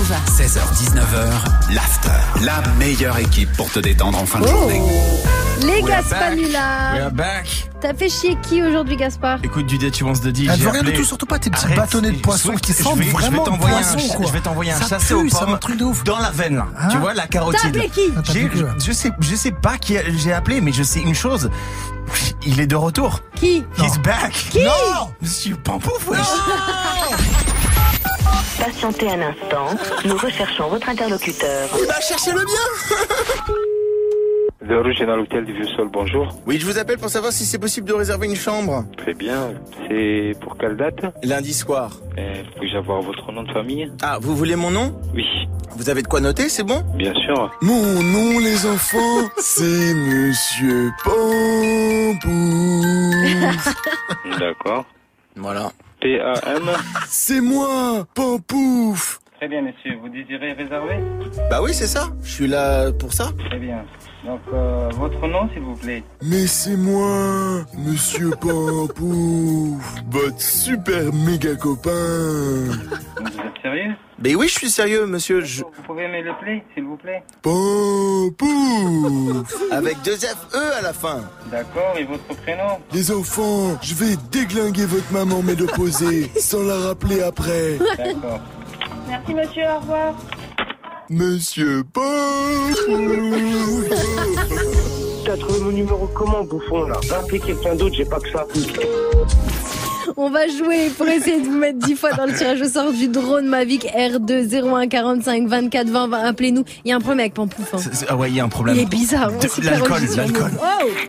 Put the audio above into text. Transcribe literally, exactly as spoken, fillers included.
Move. seize heures dix-neuf heures, l'after. La meilleure équipe pour te détendre en fin de Oh. journée. Les We are Gaspanulas. We are back. T'as fait chier qui aujourd'hui, Gaspard? Écoute, du tu wants de dire. Elle veut rien du tout, surtout pas tes petits Arrête, bâtonnets de je poisson souhaite- qui je sentent vais- je vais vraiment le t'envoyer un poisson, ch- quoi. Je vais t'envoyer un Ça chassé pue, aux c'est pommes un truc de ouf. dans la veine là. Hein? Tu vois la carotide. T'as appelé qui? Ah, t'as J'ai- appelé qui, là je sais, je sais pas qui a- j'ai appelé, mais je sais une chose. Il est de retour. Qui? He's back. Qui? Non. Monsieur Pampouf, wesh. Patientez un instant, nous recherchons votre interlocuteur. Il va chercher le bien. Le Rouge est dans l'hôtel du Vieux-Sol, bonjour. Oui, je vous appelle pour savoir si c'est possible de réserver une chambre. Très bien. C'est pour quelle date? Lundi soir. euh, Puis-je avoir votre nom de famille? Ah, vous voulez mon nom? Oui, Vous avez de quoi noter, c'est bon? bien sûr. Mon nom, les enfants, c'est Monsieur Pampouf. D'accord. Voilà. P A M. C'est moi, Pampouf. Très bien, monsieur. Vous désirez réserver? Bah oui, c'est ça. Je suis là pour ça. Très bien. Donc, euh, votre nom, s'il vous plaît? Mais c'est moi, Monsieur Pampouf, votre super méga copain. Vous êtes sérieux? Mais oui, je suis sérieux, monsieur. Je... Vous pouvez me l'appeler, s'il vous plaît? Pampouf. Avec deux F E à la fin. D'accord. Et votre prénom? Les enfants, je vais déglinguer votre maman, mais de poser, sans la rappeler après. D'accord. Merci monsieur, au revoir. Monsieur Pampouf. T'as trouvé mon numéro comment, bouffon, là? Va appeler quelqu'un d'autre, j'ai pas que ça. On va jouer pour essayer de vous mettre dix fois dans le tirage au sort du drone Mavic R deux zéro un quarante-cinq vingt-quatre vingt. Appelez-nous. Il y a un problème avec Pampouf. Hein. C'est- c'est- Ah ouais, il y a un problème. Il est bizarre. hein, De- super l'alcool, relou sur l'alcool. Move. Oh